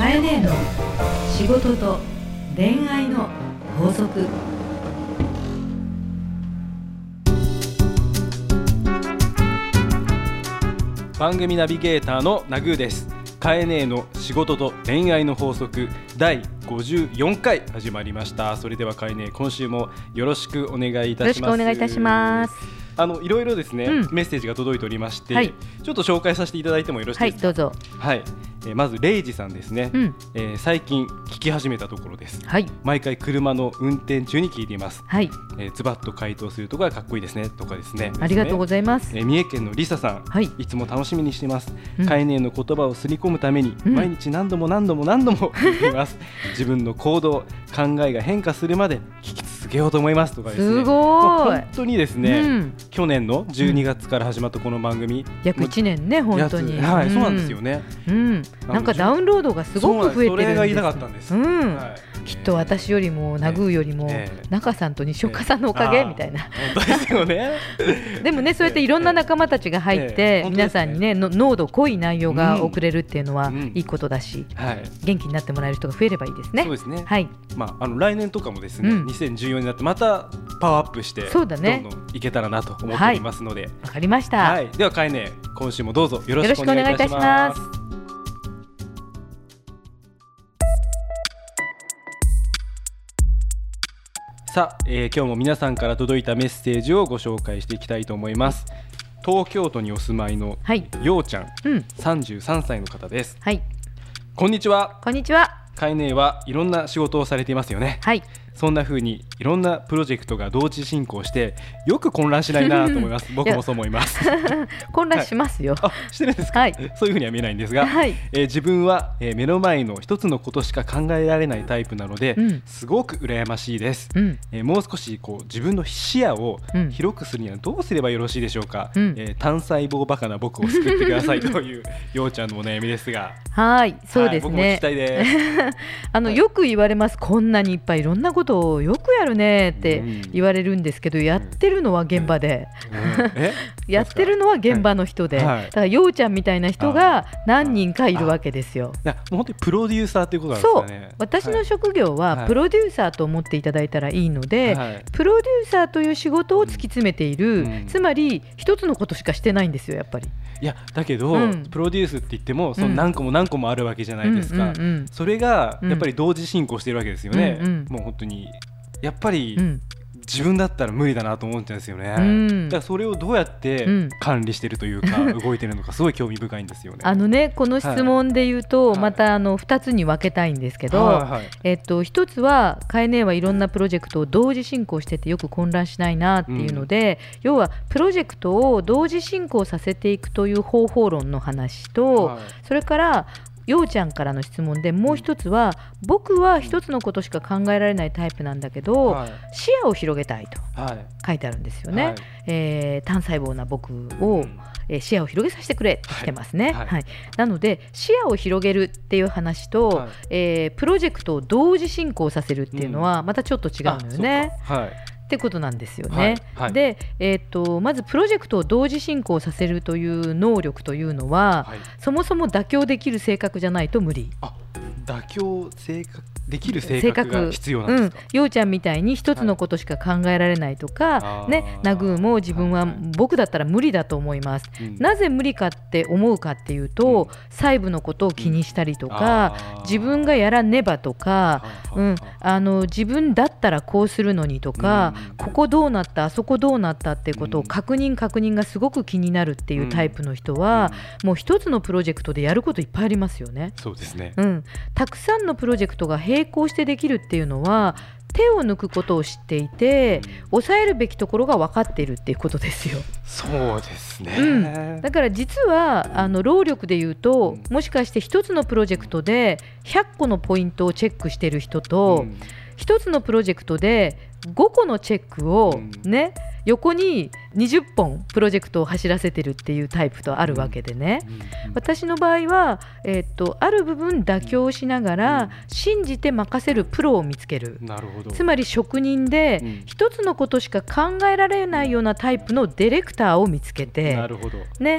かえねえの仕事と恋愛の法則。 番組ナビゲーターのナグーです。かえねえの仕事と恋愛の法則第54回始まりました。それではかえねえ、今週もよろしくお願いいたします。 よろしくお願いいたします。 いろいろですね、メッセージが届いておりまして、ちょっと紹介させていただいてもよろしいですか。 どうぞ。 まずレイジさんですね、最近聞き始めたところです。毎回車の運転中に聞いています。ズバッと回答するところがかっこいいですねとかですね。 ありがとうございます。 三重県のリサさん、いつも楽しみにしています。かえねえの言葉をすり込むために、毎日何度も聞いています。自分の行動考えが変化するまで聞き続けようと思いますとかですね。 すごい。 本当にですね、去年の12月から始まったこの番組、 約1年ね、本当に。 そうなんですよね。 なんかダウンロードがすごく増えてるんです。 それが言いたかったんです。 きっと私よりもナグーよりも中さんと西岡さんのおかげみたいな。 本当ですよね。 でもね、そうやっていろんな仲間たちが入って皆さんにね、濃度濃い内容が送れるっていうのはいいことだし、元気になってもらえる人が増えればいいですね。 そうですね。来年とかもですね、2014年になってまたパワーアップしてどんどんいけたらなと思っておりますので。 わかりました。 ではかえねえ、今週もどうぞよろしくお願いいたします。さあ、今日も皆さんから届いたメッセージをご紹介していきたいと思います。東京都にお住まいのようちゃん、33歳の方です。こんにちは。 こんにちは。 かえねえはいろんな仕事をされていますよね。そんな風にいろんなプロジェクトが同時進行してよく混乱しないなと思います。僕もそう思います。 混乱しますよ。 してるんですか。そういう風には見えないんですが、自分は目の前の一つのことしか考えられないタイプなので、すごく羨ましいです。もう少し自分の視野を広くするにはどうすればよろしいでしょうか。単細胞バカな僕を救ってくださいというようちゃんのお悩みですが。 そうですね。 僕も聞きたいです。 よく言われます。こんなにいっぱいいろんなことをよくやるねって言われるんですけど、やってるのは現場で、やってるのは現場の人で、だからようちゃんみたいな人が何人かいるわけですよ。 もう本当にプロデューサーということなんですかね。 私の職業はプロデューサーと思っていただいたらいいので、プロデューサーという仕事を突き詰めている、つまり一つのことしかしてないんですよ、やっぱり。 だけど、プロデュースって言ってもその何個も何個もあるわけじゃないですか。それがやっぱり同時進行しているわけですよね。もう本当にやっぱり自分だったら無理だなと思っちゃうんですよね。だからそれをどうやって管理してるというか、動いてるのかすごい興味深いんですよね。 この質問で言うと、また2つに分けたいんですけど、1つはかえねえはいろんなプロジェクトを同時進行しててよく混乱しないなっていうので、要はプロジェクトを同時進行させていくという方法論の話と、それからようちゃんからの質問でもう一つは、僕は一つのことしか考えられないタイプなんだけど、視野を広げたいと書いてあるんですよね。単細胞な僕を、視野を広げさせてくれって来てますね。なので視野を広げるっていう話と、プロジェクトを同時進行させるっていうのはまたちょっと違うのよね。ってことなんですよね。で、まずプロジェクトを同時進行させるという能力というのは、そもそも妥協できる性格じゃないと無理。 妥協できる性格が必要なんですか。 ようちゃんみたいに一つのことしか考えられないとか、ナグーも自分は僕だったら無理だと思います。なぜ無理かって思うかっていうと、細部のことを気にしたりとか、自分がやらねばとか、自分だったらこうするのにとか、ここどうなったあそこどうなったっていうことを確認がすごく気になるっていうタイプの人は、もう一つのプロジェクトでやることいっぱいありますよね。 そうですね。 たくさんのプロジェクトが並行してできるっていうのは、手を抜くことを知っていて、抑えるべきところが分かっているっていうことですよ。 そうですね。 だから実は労力でいうと、もしかして一つのプロジェクトで100個のポイントをチェックしている人と、一つのプロジェクトで5個のチェックをね、横に20本プロジェクトを走らせてるっていうタイプとあるわけでね、私の場合は、ある部分妥協しながら信じて任せるプロを見つける。 なるほど。 つまり職人で一つのことしか考えられないようなタイプのディレクターを見つけて、 なるほど、 ね、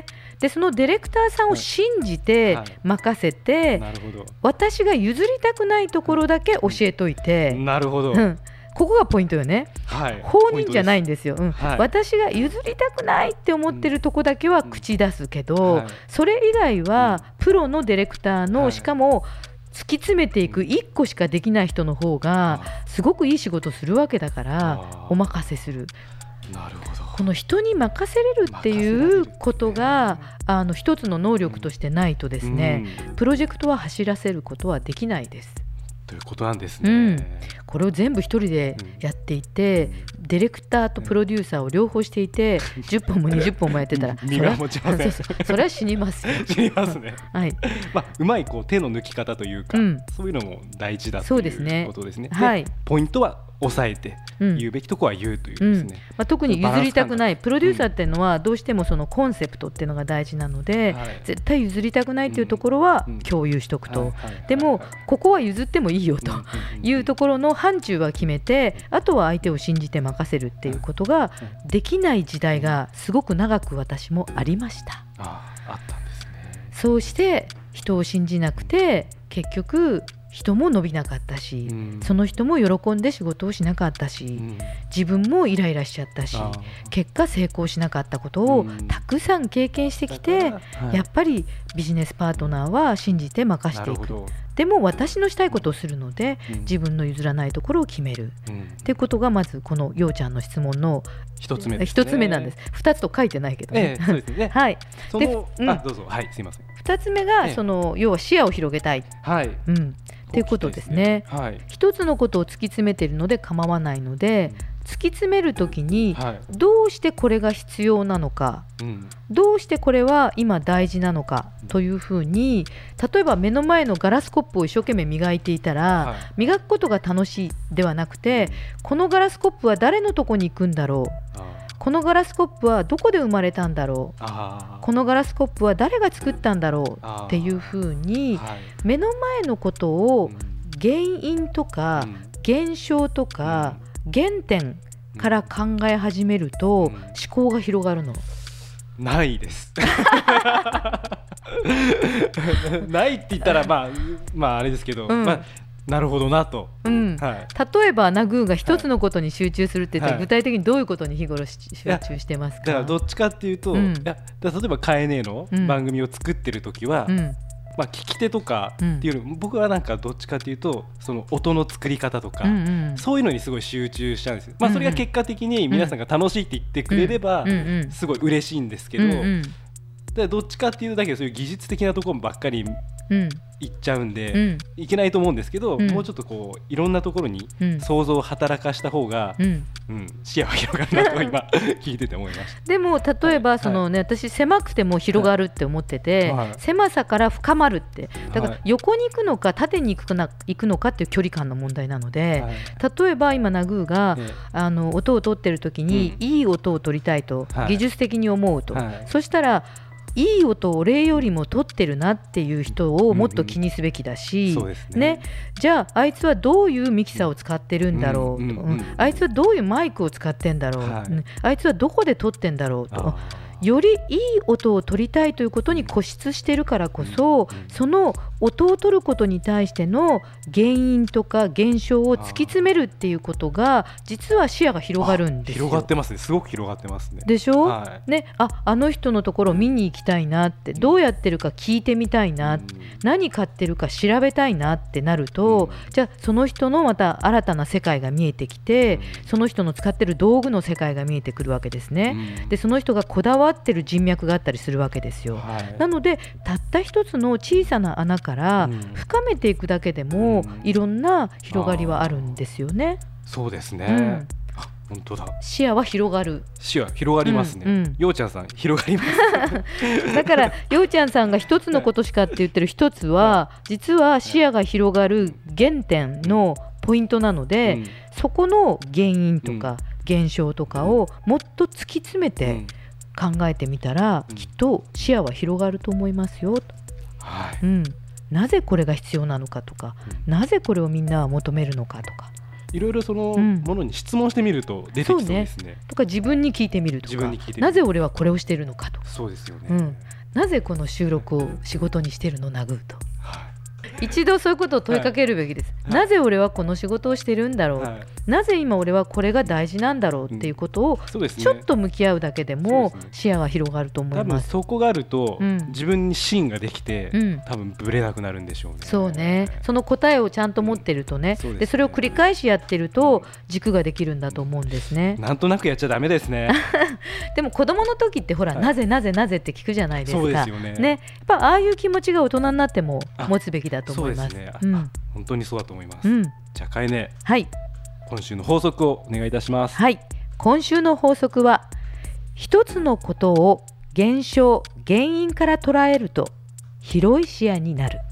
でそのディレクターさんを信じて任せて、私が譲りたくないところだけ教えといて、 なるほど、 ここがポイントよね、放任じゃないんですよ、私が譲りたくないって思ってるとこだけは口出すけど、それ以外はプロのディレクターの、しかも突き詰めていく1個しかできない人の方がすごくいい仕事するわけだから、お任せする。 なるほど。 この人に任せれるっていうことが一つの能力としてないとですね、プロジェクトは走らせることはできないですということなんですね。 これを全部一人でやっていて、ディレクターとプロデューサーを両方していて、10本も20本もやってたら身が持ちません。 それは死にますよ。 死にますね。 はい。 うまい手の抜き方というか、そういうのも大事だということですね。 はい。 ポイントは抑えて言うべきとこは言うというですね。 特に譲りたくないプロデューサーっていうのはどうしてもそのコンセプトっていうのが大事なので、絶対譲りたくないというところは共有しとくと、でもここは譲ってもいいよというところの範疇は決めて、あとは相手を信じて任せるっていうことができない時代がすごく長く私もありました。 あったんですね。 そうして人を信じなくて結局人も伸びなかったし、その人も喜んで仕事をしなかったし、自分もイライラしちゃったし、結果成功しなかったことをたくさん経験してきて、やっぱりビジネスパートナーは信じて任していく。でも私のしたいことをするので、自分の譲らないところを決めるっていうことがまずこのようちゃんの質問の一つ目ですね。 一つ目なんです。2つと書いてないけどね。 そうですね。 はい。 どうぞ。はい、すいません。 2つ目が要は視野を広げたい。 はい。 っていうことですね。一つのことを突き詰めているので構わないので、突き詰めるときにどうしてこれが必要なのか、どうしてこれは今大事なのかというふうに、例えば目の前のガラスコップを一生懸命磨いていたら、磨くことが楽しいではなくて、このガラスコップは誰のとこに行くんだろう、このガラスコップはどこで生まれたんだろう、このガラスコップは誰が作ったんだろうっていうふうに、目の前のことを原因とか現象とか原点から考え始めると思考が広がるの。 ないですないって言ったらあれですけど、なるほどなと、 例えばナグーが一つのことに集中するって言ったら、具体的にどういうことに日頃集中してますか？ だからどっちかっていうと、例えばカエネの番組を作ってる時は、聞き手とかっていうより、僕はなんかどっちかっていうとその音の作り方とか、そういうのにすごい集中しちゃうんですよ。それが結果的に皆さんが楽しいって言ってくれればすごい嬉しいんですけど、どっちかっていうだけどそういう技術的なところばっかりいっちゃうんで、いけないと思うんですけど、もうちょっといろんなところに想像を働かした方が、視野が広がるなと今聞いてて思いました。 でも例えば私狭くても広がるって思ってて、狭さから深まるって、だから横に行くのか縦に行くのかっていう距離感の問題なので、例えば今ナグーが音を取ってる時にいい音を取りたいと技術的に思うと、そしたらいい音を俺よりも取ってるなっていう人をもっと気にすべきだし、じゃああいつはどういうミキサーを使ってるんだろうと、あいつはどういうマイクを使ってんだろう、あいつはどこで撮ってんだろうと、よりいい音を取りたいということに固執してるからこそ、その音を取ることに対しての原因とか現象を突き詰めるっていうことが実は視野が広がるんですよ。 広がってますね。すごく広がってますね。 でしょ、あの人のところ見に行きたいなって、どうやってるか聞いてみたいな、何買ってるか調べたいなってなると、じゃあその人のまた新たな世界が見えてきて、その人の使ってる道具の世界が見えてくるわけですね。でその人がこだわってる人脈があったりするわけですよ。なのでたった一つの小さな穴から深めていくだけでもいろんな広がりはあるんですよね。 そうですね。本当だ。 視野は広がる。 視野広がりますね。ようちゃんさん広がります。 だからようちゃんさんが一つのことしかって言ってる一つは、実は視野が広がる原点のポイントなので、そこの原因とか現象とかをもっと突き詰めて考えてみたら、きっと視野は広がると思いますよと。なぜこれが必要なのかとか、なぜこれをみんなは求めるのかとか、 いろいろそのものに質問してみると出てきそうですね。 とか自分に聞いてみるとか、なぜ俺はこれをしているのかとか。 そうですよね。 なぜこの収録を仕事にしてるのナグーと、一度そういうことを問いかけるべきです、なぜ俺はこの仕事をしてるんだろう、なぜ今俺はこれが大事なんだろうっていうことをちょっと向き合うだけでも視野が広がると思います。 多分そこがあると、自分に芯ができて、多分ブレなくなるんでしょうね。 そうね、その答えをちゃんと持ってるとね、でそれを繰り返しやってると軸ができるんだと思うんですね。 なんとなくやっちゃダメですねでも子供の時ってほら、なぜなぜなぜって聞くじゃないですか。 そうですよね。 やっぱああいう気持ちが大人になっても持つべきだと思います。 そうですね、本当にそうだと思います、じゃあかえね、今週の法則をお願いいたします。 今週の法則は、一つのことを現象原因から捉えると広い視野になる。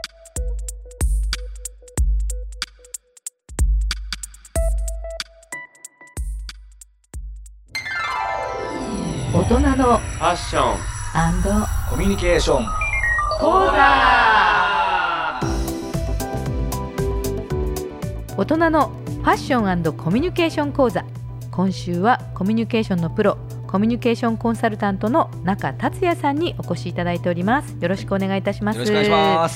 大人のファッション & コミュニケーション講座。大人のファッション&コミュニケーション講座。今週はコミュニケーションのプロ、コミュニケーションコンサルタントの中達也さんにお越しいただいております。よろしくお願いいたします。 よろしくお願いします。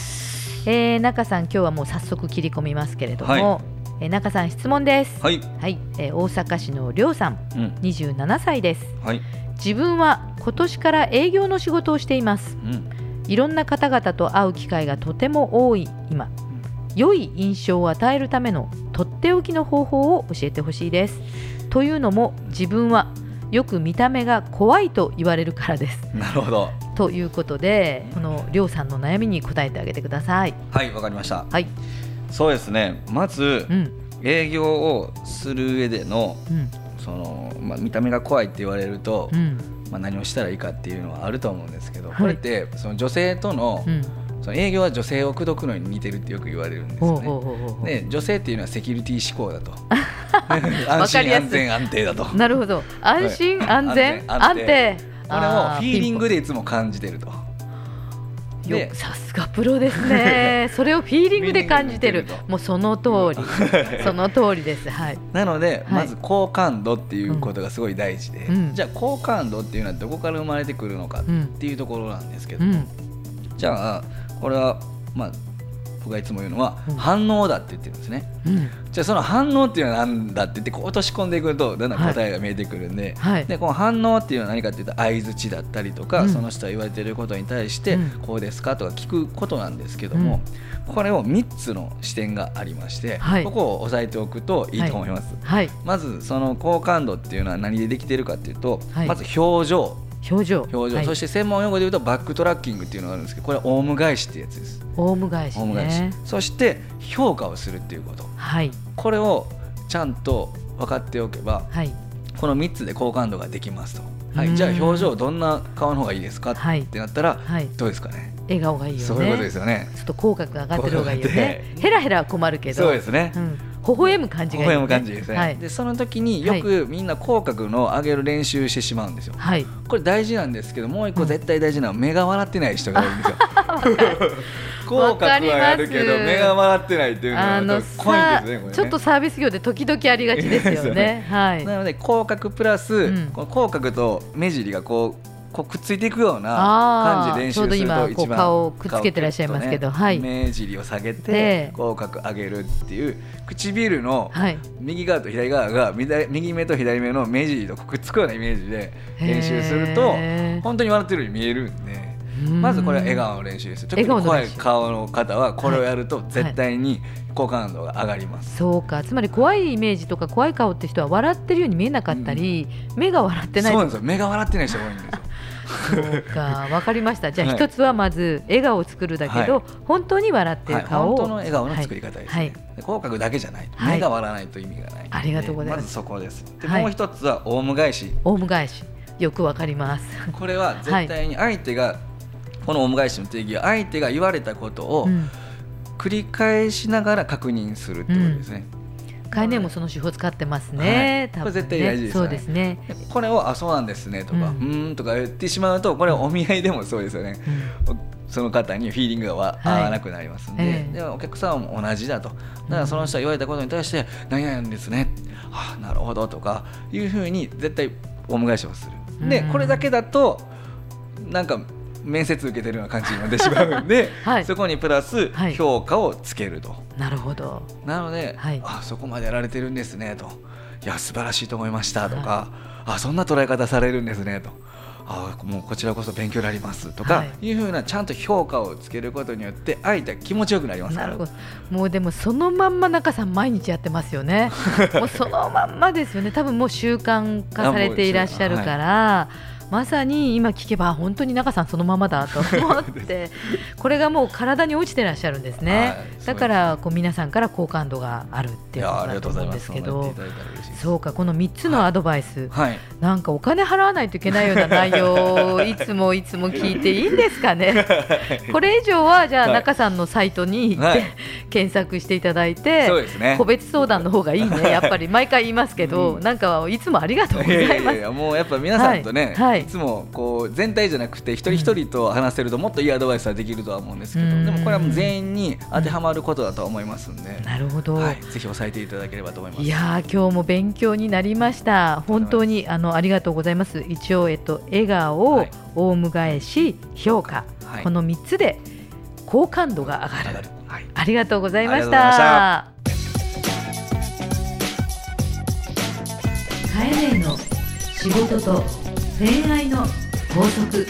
中さん、今日はもう早速切り込みますけれども、中さん質問です。大阪市のりょうさん、27歳です。自分は今年から営業の仕事をしています。いろんな方々と会う機会がとても多い今、良い印象を与えるためのとっておきの方法を教えてほしいです。というのも、自分はよく見た目が怖いと言われるからです。 なるほど。 ということで、このりょうさんの悩みに答えてあげてください。 わかりました。そうですね、まず、営業をする上での、見た目が怖いって言われると、何をしたらいいかっていうのはあると思うんですけど、これってその女性との、その営業は女性を口説くのに似てるってよく言われるんですよね。で、女性っていうのはセキュリティ志向だと安心安全安定だと。 なるほど、安心安全安定、 これをフィーリングでいつも感じてると。 さすがプロですねそれをフィーリングで感じてる。もうその通りその通りです。 なので、まず好感度っていうことがすごい大事で、じゃあ好感度っていうのはどこから生まれてくるのかっていうところなんですけども、じゃあこれは僕がいつも言うのは、反応だって言ってるんですね。じゃあその反応っていうのは何だって言って落とし込んでいくとだんだん答えが見えてくるんで、でこの反応っていうのは何かっていうと、相づちだったりとか、その人が言われていることに対して、こうですかとか聞くことなんですけども、これを3つの視点がありまして、ここを押さえておくといいと思います。まずその好感度っていうのは何でできているかっていうと、まず表情、そして専門用語でいうとバックトラッキングっていうのがあるんですけど、これはオウム返しっていうやつです。 オウム返しね。 そして評価をするっていうこと、これをちゃんと分かっておけば、この3つで好感度ができますと。じゃあ表情どんな顔の方がいいですかってなったら、どうですかね。 笑顔がいいよね。 そういうことですよね。 ちょっと口角が上がってる方がいいよね。ヘラヘラは困るけど、 そうですね、 微笑む感じがいい、 微笑む感じですね。でその時によくみんな口角の上げる練習してしまうんですよ。これ大事なんですけど、もう一個絶対大事なのは目が笑ってない人が多いんですよ。口角はあるけど目が笑ってないっていうのは怖いんですね。これね、 ちょっとサービス業で時々ありがちですよね。 なので口角プラス、この口角と目尻がこうくっついていくような感じで練習すると一番、 ちょうど今顔をくっつけてらっしゃいますけど、 目尻を下げて口角上げるっていう、唇の右側と左側が右目と左目の目尻とくっつくようなイメージで練習すると本当に笑ってるように見えるんで、まずこれは笑顔の練習です。特に怖い顔の方はこれをやると絶対に好感度が上がります。 そうか、つまり怖いイメージとか怖い顔って人は笑ってるように見えなかったり、目が笑ってない。 そうなんですよ、目が笑ってない人が多いんですよ。 そうか、わかりました。じゃあ一つはまず笑顔を作るだけど、本当に笑ってる顔を、 本当の笑顔の作り方ですね。口角だけじゃない、目が笑わないと意味がない。 ありがとうございます。 まずそこです。でもう一つはオウム返し。 オウム返し、よくわかります。 これは絶対に相手が、このオウム返しの定義は相手が言われたことを繰り返しながら確認するってことですね。 カイネもその手法使ってますね。 これ絶対大事ですよね。 そうですね。 これをそうなんですねとかとか言ってしまうと、これはお見合いでもそうですよね。その方にフィーリングが合わなくなりますので、でお客さんも同じだと。だからその人が言われたことに対して何々ですね、なるほどとかいうふうに絶対オウム返しをする。でこれだけだとなんか面接受けてるような感じになってしまうんで、はい、そこにプラス評価をつけると、 なるほど。 なので、あ、そこまでやられてるんですねと、いや素晴らしいと思いましたとか、あ、そんな捉え方されるんですねと、あ、もうこちらこそ勉強になりますとか、いうふうなちゃんと評価をつけることによって相手は気持ちよくなりますから。 なるほど。もうでもそのまんま中さん毎日やってますよねもうそのまんまですよね。多分もう習慣化されていらっしゃるから、まさに今聞けば本当に中さんそのままだと思ってこれがもう体に落ちてらっしゃるんですね、だからこう皆さんから好感度があるっていうことだと思うんですけど、そうか、この3つのアドバイス、なんかお金払わないといけないような内容をいつも聞いていいんですかねこれ以上はじゃあ中さんのサイトに、検索していただいて、そうですね、個別相談の方がいいねやっぱり毎回言いますけど、なんかいつもありがとうございます。 もうやっぱ皆さんとね、いつもこう全体じゃなくて一人一人と話せるともっといいアドバイスはできるとは思うんですけど、でもこれはもう全員に当てはまることだと思いますんで、なるほど、ぜひ押さえていただければと思います。 いや今日も勉強になりました。本当にありがとうございます。一応、笑顔、オウム返し、評価、この3つで好感度が上がる、ありがとうございました。 カエネの仕事と恋愛の法則。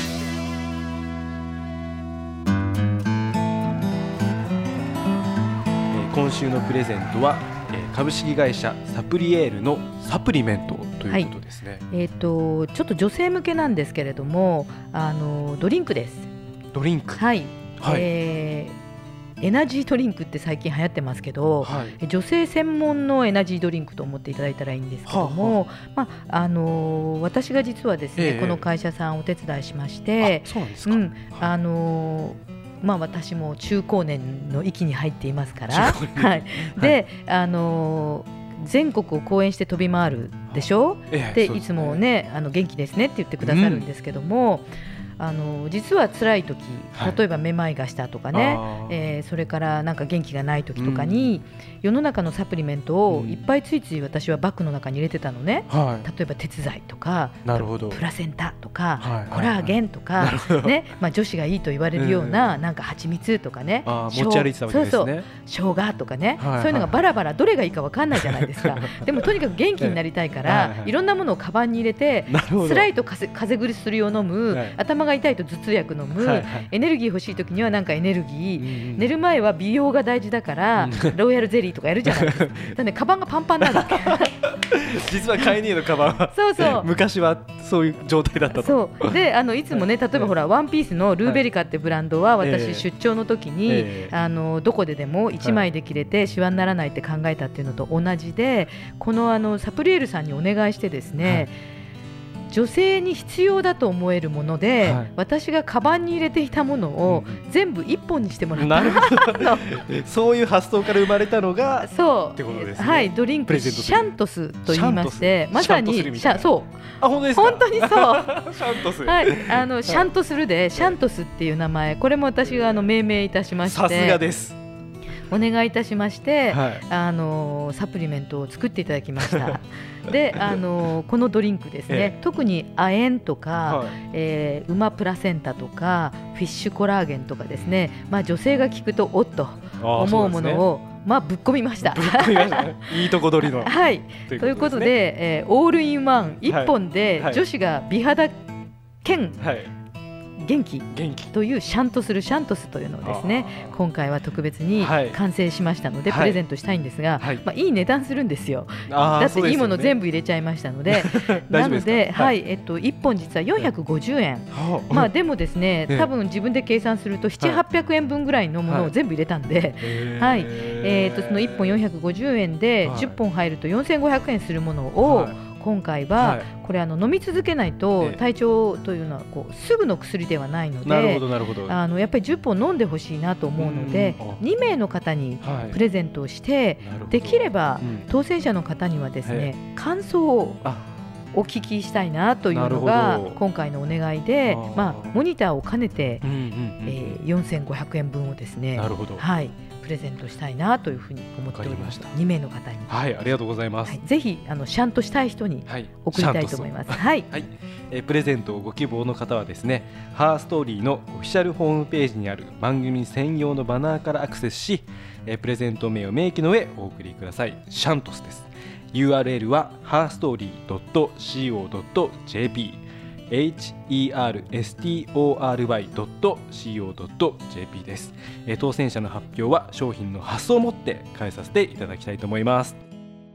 今週のプレゼントは株式会社サプリエールのサプリメントということですね。 ちょっと女性向けなんですけれども、ドリンクです。 ドリンク、 はい、エナジードリンクって最近流行ってますけど、女性専門のエナジードリンクと思っていただいたらいいんですけども、私が実はですね、この会社さんお手伝いしまして、 そうなんですか。 私も中高年の域に入っていますから、で、全国を講演して飛び回るでしょ、でいつもね元気ですねって言ってくださるんですけども、実は辛い時、例えばめまいがしたとかね、それからなんか元気がない時とかに、世の中のサプリメントをいっぱいついつい私はバッグの中に入れてたのね、例えば鉄剤とかプラセンタとか、コラーゲンとか、ね、女子がいいと言われるような、なんか蜂蜜とかね、 持ち歩いてたわけですね。 生姜とかね、そういうのがバラバラどれがいいか分かんないじゃないですかでもとにかく元気になりたいから、いろんなものをカバンに入れて、辛いと風邪薬を飲む、頭が痛いと頭痛薬飲む、エネルギー欲しい時にはなんかエネルギー、寝る前は美容が大事だから、ロイヤルゼリーとかやるじゃないですかだね、カバンがパンパンなんだ実はカエネのカバンは昔はそういう状態だったと。 そうで、いつもね、例えばほらワンピースのルーベリカってブランドは、私出張の時に、どこででも1枚で着れてシワにならないって考えたっていうのと同じで、このサプリエールさんにお願いしてですね、女性に必要だと思えるもので、私がカバンに入れていたものを全部1本にしてもらった。なるほどそういう発想から生まれたのがそうってことですね。 ドリンクシャントスと言いまして、まさにそう、 本当ですか。 本当にそうシャントス、 シャントするで、シャントスっていう名前、これも私が命名いたしまして、 さすがです、 お願いいたしまして、サプリメントを作っていただきましたで、このドリンクですね、特に亜鉛とか、馬プラセンタとかフィッシュコラーゲンとかですね、女性が聞くとおっと思うものをぶっ込みました。 いいとこ取りの。 ということで、オールインワン1本で女子が美肌兼元気というシャントするシャントスというのをですね、今回は特別に完成しましたので、プレゼントしたいんですが、いい値段するんですよ。だっていいもの全部入れちゃいましたのでなので、1本実は450円、でもですね、多分自分で計算すると700、800円分ぐらいのものを全部入れたんで、その1本450円で10本入ると4500円するものを、今回はこれ飲み続けないと体調というのはすぐの薬ではないので、やっぱり10本飲んでほしいなと思うので、2名の方にプレゼントをして、できれば当選者の方にはですね、感想をお聞きしたいなというのが今回のお願いで、モニターを兼ねて4500円分をですね、 プレゼントしたいなというふうに思っております。2名の方に、 はい、ありがとうございます。 ぜひシャンとしたい人に送りたいと思います。はい、 プレゼントをご希望の方はですね、ハーストーリーのオフィシャルホームページにある番組専用のバナーからアクセスし、プレゼント名を明記の上お送りください。シャントスです。 URL は herstory.co.jp herstory.co.jp です。当選者の発表は商品の発送をもって返させていただきたいと思います。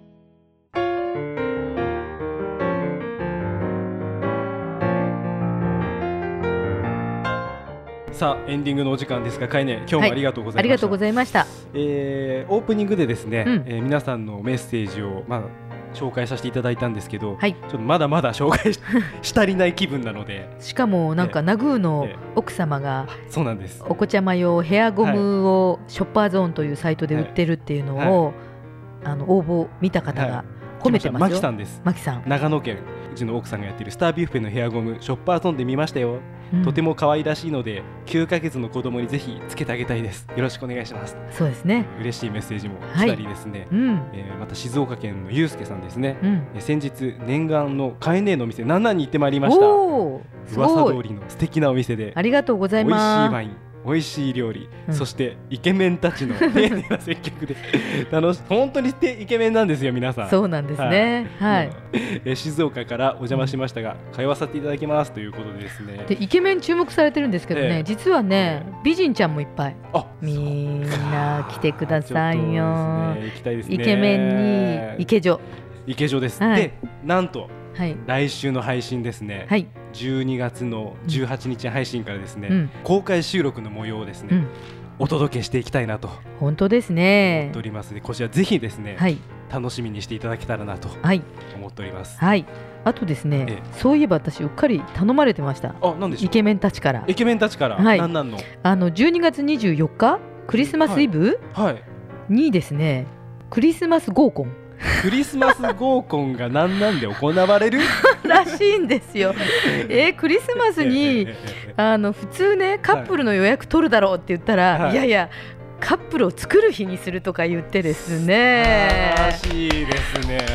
さあエンディングのお時間ですが、かいね、今日もありがとうございました。 ありがとうございました。 オープニングでですね、皆さんのメッセージを紹介させていただいたんですけど、ちょっとまだまだ紹介 し足りない気分なので、 しかもなんかナグーの奥様がそうなんです、 お子ちゃま用ヘアゴムをショッパーゾーンというサイトで売ってるっていうのを、応募見た方が褒めてますよ。 マキさんです。 マキさん、 長野県、うちの奥さんがやっているスタービュッフェのヘアゴムショッパーゾーンで見ましたよ、とても可愛らしいので9ヶ月の子供にぜひつけてあげたいです。よろしくお願いします。 そうですね、 嬉しいメッセージも来たりですね、また静岡県のゆうすけさんですね、先日念願のカエネのお店南南に行ってまいりました。噂通りの素敵なお店で、 ありがとうございます。 美味しいワイン、美味しい料理、そしてイケメンたちの丁寧な接客で本当にイケメンなんですよ皆さん。 そうなんですね、 静岡からお邪魔しましたが、通わせていただきますということでですね。 でイケメン注目されてるんですけどね、実はね、美人ちゃんもいっぱい、みんな来てくださいよ。 行きたいですね。 イケメンにイケ女です。でなんと来週の配信ですね、12月の18日配信からですね、公開収録の模様をですね、お届けしていきたいなと。 本当ですね、 思っておりますので、こちらぜひですね、楽しみにしていただけたらなと思っております。 あとですね、そういえば私うっかり頼まれてました。 何でしょう。 イケメンたちから。 何なんの 12月24日クリスマスイブにですね、クリスマス合コンクリスマス合コンがなんなんで行われるらしいんですよ。クリスマスに普通ね、カップルの予約取るだろうって言ったら、いやいやカップルを作る日にするとか言ってですね、 らしいですね。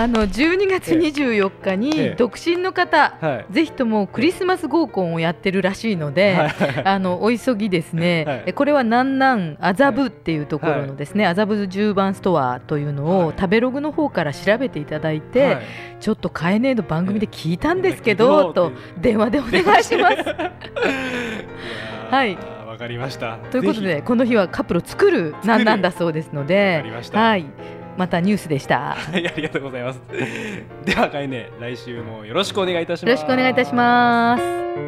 12月24日に独身の方、ぜひともクリスマス合コンをやってるらしいので、お急ぎですね。これは南南麻布っていうところのですね、麻布十番ストアというのを食べログの方から調べていただいて、ちょっとカエネの番組で聞いたんですけどと電話でお願いします。 わかりました。 ということで、この日はカップルを作るなんだそうですので、またニュースでした。 ありがとうございます。ではかえね、来週もよろしくお願いいたします。 よろしくお願いいたします。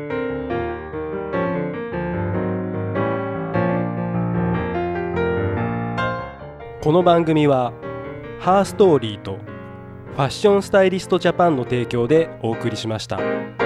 この番組はハーストーリーとファッションスタイリストジャパンの提供でお送りしました。